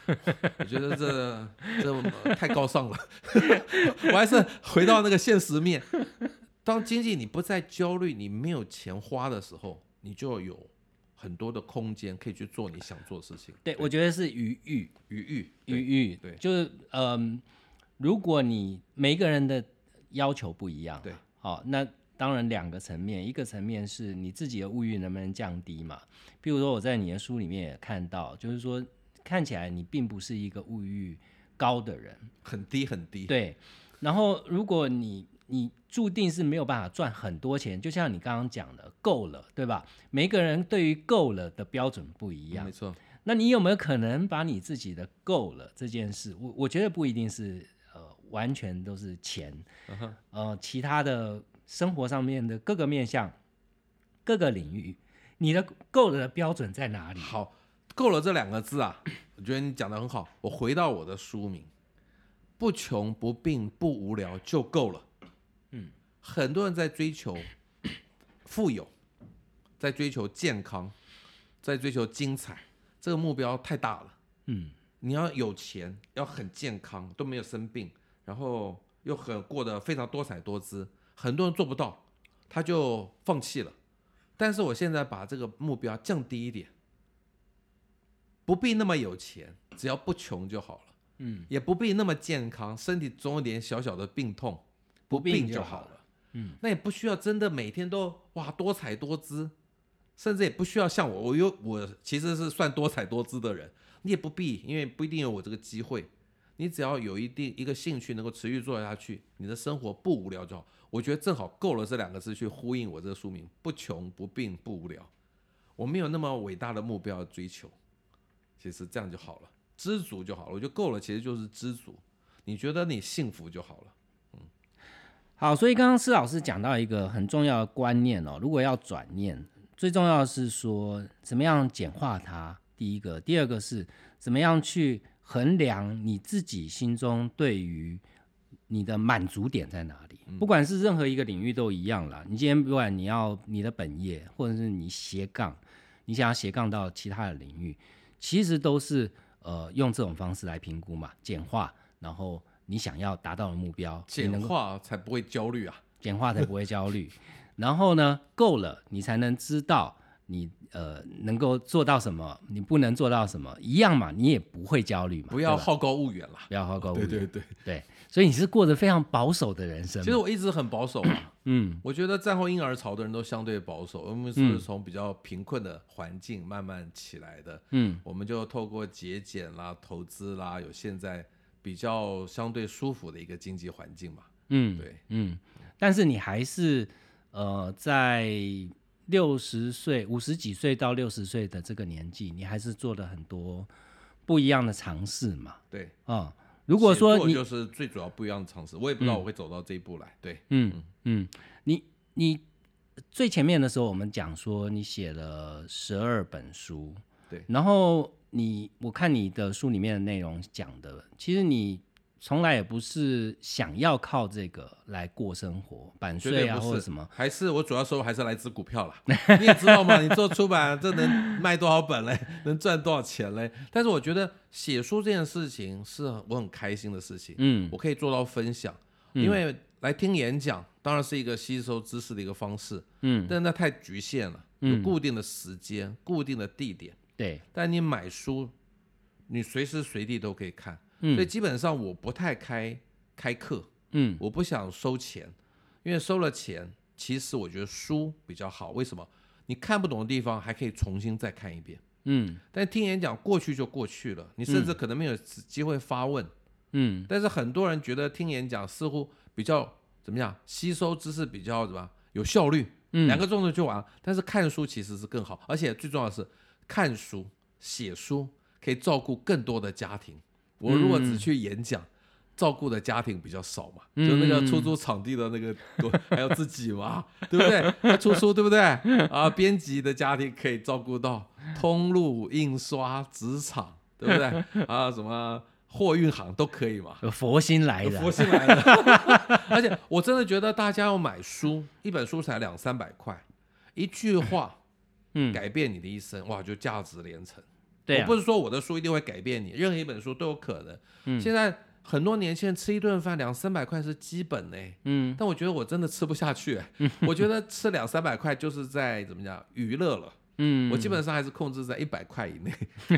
这太高尚了。我还是回到那个现实面。当经济你不再焦虑，你没有钱花的时候，你就有很多的空间可以去做你想做的事情。 对，我觉得是余裕。对，就是如果你每一个人的要求不一样， 对， 那当然2个层面，一个层面是你自己的物欲能不能降低嘛。譬如说我在你的书里面也看到，就是说看起来你并不是一个物欲高的人， 很低。 对，然后如果你注定是没有办法赚很多钱，就像你刚刚讲的够了，对吧？每个人对于够了的标准不一样。 没错。 那你有没有可能把你自己的够了这件事，我觉得不一定是完全都是钱。其他的生活上面的各个面向各个领域，你的够了的标准在哪里？ 好，够了这2个字啊，我觉得你讲得很好。我回到我的书名，不穷不病不无聊就够了。很多人在追求富有，在追求健康，在追求精彩，这个目标太大了。你要有钱，要很健康，都没有生病，然后又过得非常多彩多姿，很多人做不到，他就放弃了。但是我现在把这个目标降低一点，不必那么有钱，只要不穷就好了。也不必那么健康，身体总有点小小的病痛，不病就好了。那也不需要真的每天都多彩多姿，甚至也不需要像我其实是算多彩多姿的人，你也不必，因为不一定有我这个机会。你只要有一个兴趣能够持续做下去，你的生活不无聊就好。我觉得正好够了这2个字去呼应我这个书名，不穷不病不无聊。我没有那么伟大的目标要追求，其实这样就好了，知足就好了。我觉得够了其实就是知足，你觉得你幸福就好了。 好，所以刚刚施老师讲到一个很重要的观念如果要转念，最重要的是说怎么样简化它，第一个。第二个是怎么样去衡量你自己心中对于你的满足点在哪里。不管是任何一个领域都一样啦。你今天不管你的本业，或者是你斜杠，你想要斜杠到其他的领域，其实都是用这种方式来评估嘛，简化，然后你想要达到的目标， 简化才不会焦虑啊。 简化才不会焦虑。然后呢，够了，你才能知道你能够做到什么，你不能做到什么，一样嘛，你也不会焦虑嘛， 不要好高骛远啦， 不要好高骛远， 对， 所以你是过着非常保守的人生。 其实我一直很保守啊，我觉得战后婴儿潮的人都相对保守，我们是从比较贫困的环境慢慢起来的，我们就透过节俭啦、投资啦，有现在比较相对舒服的一个经济环境嘛，对， 但是你还是在60岁、50几岁到60岁的这个年纪，你还是做了很多不一样的尝试嘛？ 对， 如果说你就是最主要不一样的尝试，我也不知道我会走到这一步来。对， 你最前面的时候，我们讲说你写了12本书， 对， 然后我看你的书里面的内容讲的，其实你从来也不是想要靠这个来过生活，版税啊或者什么， 还是我主要收入还是来自股票啦。你也知道嘛，你做出版这能卖多少本嘞，能赚多少钱嘞？但是我觉得写书这件事情是我很开心的事情，我可以做到分享，因为来听演讲当然是一个吸收知识的一个方式，但是那太局限了，有固定的时间、固定的地点， 对， 但你买书，你随时随地都可以看。所以基本上我不太开课，我不想收钱，因为收了钱，其实我觉得书比较好。为什么？你看不懂的地方还可以重新再看一遍，但听演讲过去就过去了，你甚至可能没有机会发问，但是很多人觉得听演讲似乎比较怎么样，吸收知识比较什么有效率，2个钟头就完了。但是看书其实是更好，而且最重要的是看书、写书可以照顾更多的家庭。我如果只去演讲，照顾的家庭比较少嘛，就那个出租场地的那个，还有自己嘛，对不对？出书对不对？编辑的家庭可以照顾到，通路、印刷、职场，对不对？什么货运行都可以嘛。 有佛心来的， 佛心来的。而且我真的觉得大家要买书，一本书才200-300块，一句话，改变你的一生，哇，就价值连城。我不是说我的书一定会改变你，任何一本书都有可能。现在很多年轻人吃一顿饭200-300块是基本但我觉得我真的吃不下去。我觉得吃200-300块就是在怎么讲娱乐了。我基本上还是控制在100块以内。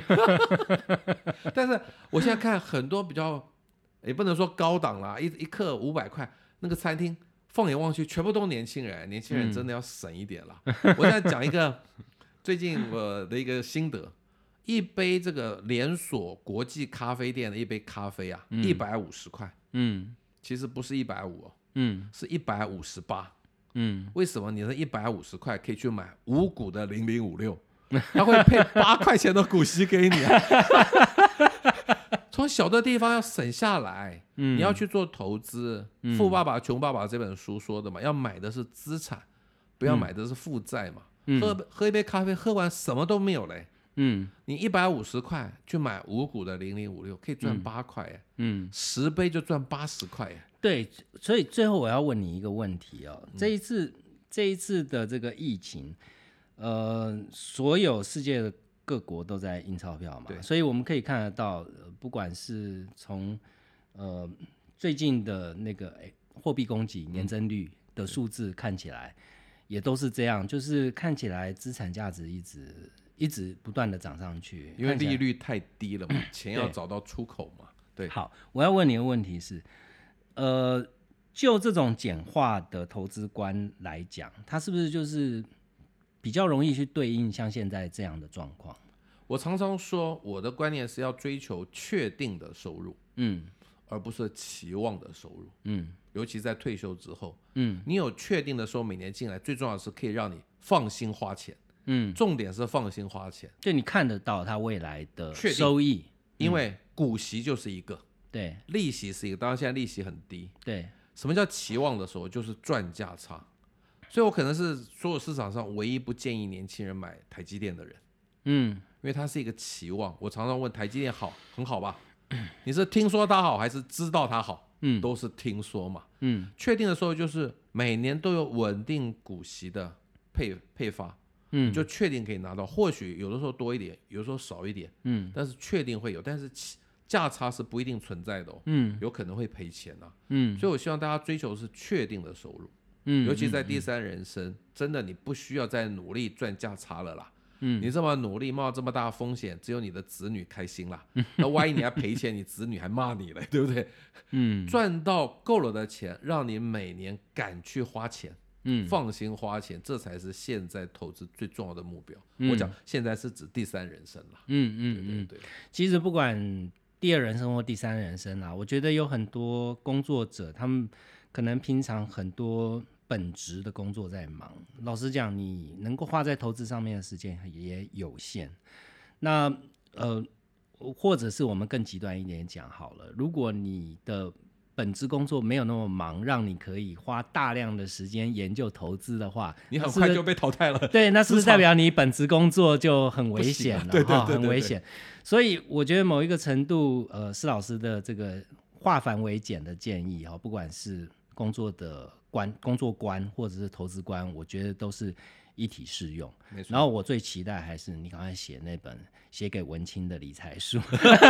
但是我现在看很多比较，也不能说高档啦，一克500块，那个餐厅放眼望去全部都年轻人，年轻人真的要省一点啦。我现在讲一个最近我的一个心得。一杯这个连锁国际咖啡店的一杯咖啡啊，150块，其实不是150哦，是158，为什么？你的150块可以去买5股的0056，他会配8块钱的股息给你啊。从小的地方要省下来，你要去做投资。富爸爸穷爸爸这本书说的嘛，要买的是资产，不要买的是负债嘛。喝一杯咖啡，喝完什么都没有嘞。你150块去买5股的0056，可以赚8块，10杯就赚80块。 对，所以最后我要问你一个问题哦，这一次的这个疫情，所有世界的各国都在印钞票嘛，所以我们可以看得到，不管是从最近的那个货币供给年增率的数字看起来，也都是这样，就是看起来资产价值一直不断的涨上去， 因为利率太低了嘛，钱要找到出口嘛。对， 好，我要问你的问题是，就这种简化的投资观来讲，它是不是就是比较容易去对应像现在这样的状况？ 我常常说，我的观念是要追求确定的收入，而不是期望的收入，尤其在退休之后，你有确定的收入每年进来，最重要的是可以让你放心花钱。重点是放心花钱， 就你看得到它未来的收益， 因为股息就是一个， 对， 利息是一个，当然现在利息很低， 对。 什么叫期望的时候，就是赚价差，所以我可能是所有市场上唯一不建议年轻人买台积电的人，因为它是一个期望。我常常问台积电好，很好吧？你是听说它好还是知道它好？都是听说嘛。确定的时候就是每年都有稳定股息的配发。就确定可以拿到，或许有的时候多一点，有的时候少一点，但是确定会有，但是价差是不一定存在的有可能会赔钱所以我希望大家追求的是确定的收入。 尤其在第三人生，真的你不需要再努力赚价差了啦。你这么努力冒这么大风险，只有你的子女开心啦。那万一你还赔钱，你子女还骂你了，对不对？赚到够了的钱，让你每年敢去花钱，放心花钱，这才是现在投资最重要的目标。我讲现在是指第三人生啦。对。 其实不管第二人生或第三人生啦，我觉得有很多工作者，他们可能平常很多本职的工作在忙，老实讲，你能够花在投资上面的时间也有限。那或者是我们更极端一点讲好了，如果你的本职工作没有那么忙，让你可以花大量的时间研究投资的话， 你很快就被淘汰了。 对，那是不是代表你本职工作就很危险了？ 对， 很危险。所以我觉得某一个程度，施老师的这个化繁为简的建议，不管是工作观或者是投资观，我觉得都是一体适用。然后我最期待还是你赶快写那本写给文青的理财书。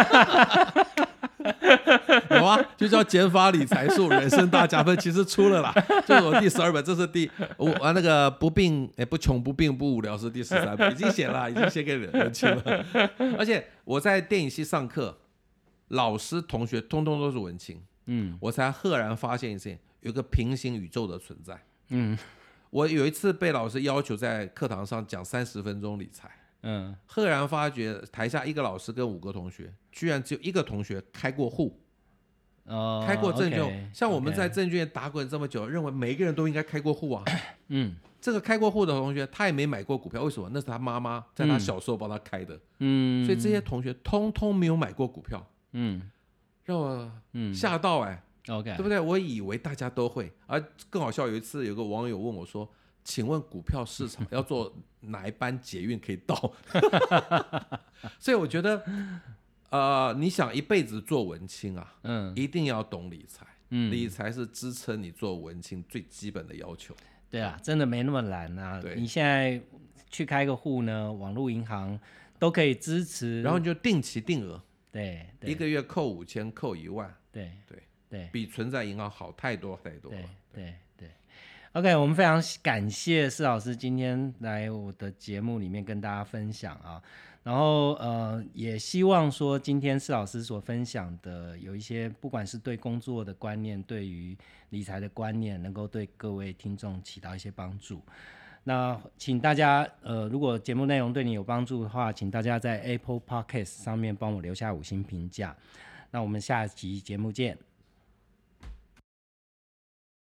有啊，就叫减法理财术人生大加分，其实出了啦，就是我第12本，这是那个不穷不病不无聊是第13本，已经写了，已经写给文青了。而且我在电影系上课，老师同学通通都是文青，我才赫然发现一件有个平行宇宙的存在。我有一次被老师要求在课堂上讲30分钟理财。赫然发觉台下一个老师跟5个同学，居然只有1个同学开过户，开过证券。像我们在证券打滚这么久，认为每一个人都应该开过户啊。这个开过户的同学，他也没买过股票，为什么？那是他妈妈在他小时候帮他开的。所以这些同学通通没有买过股票。让我吓到对不对？我以为大家都会，而更好笑，有一次有个网友问我说，请问股票市场要坐哪一班捷运可以到？所以我觉得你想一辈子做文青啊，一定要懂理财。理财是支撑你做文青最基本的要求。 对啊，真的没那么难啊。你现在去开个户呢，网络银行都可以支持， 然后你就定期定额， 对 ，1个月扣5000，扣1万， 对， 比存在银行好太多太多了。 对。OK， 我们非常感谢施老师今天来我的节目里面跟大家分享啊，然后也希望说今天施老师所分享的有一些不管是对工作的观念，对于理财的观念，能够对各位听众起到一些帮助。那请大家如果节目内容对你有帮助的话，请大家在 Apple Podcast 上面帮我留下5星评价。那我们下集节目见。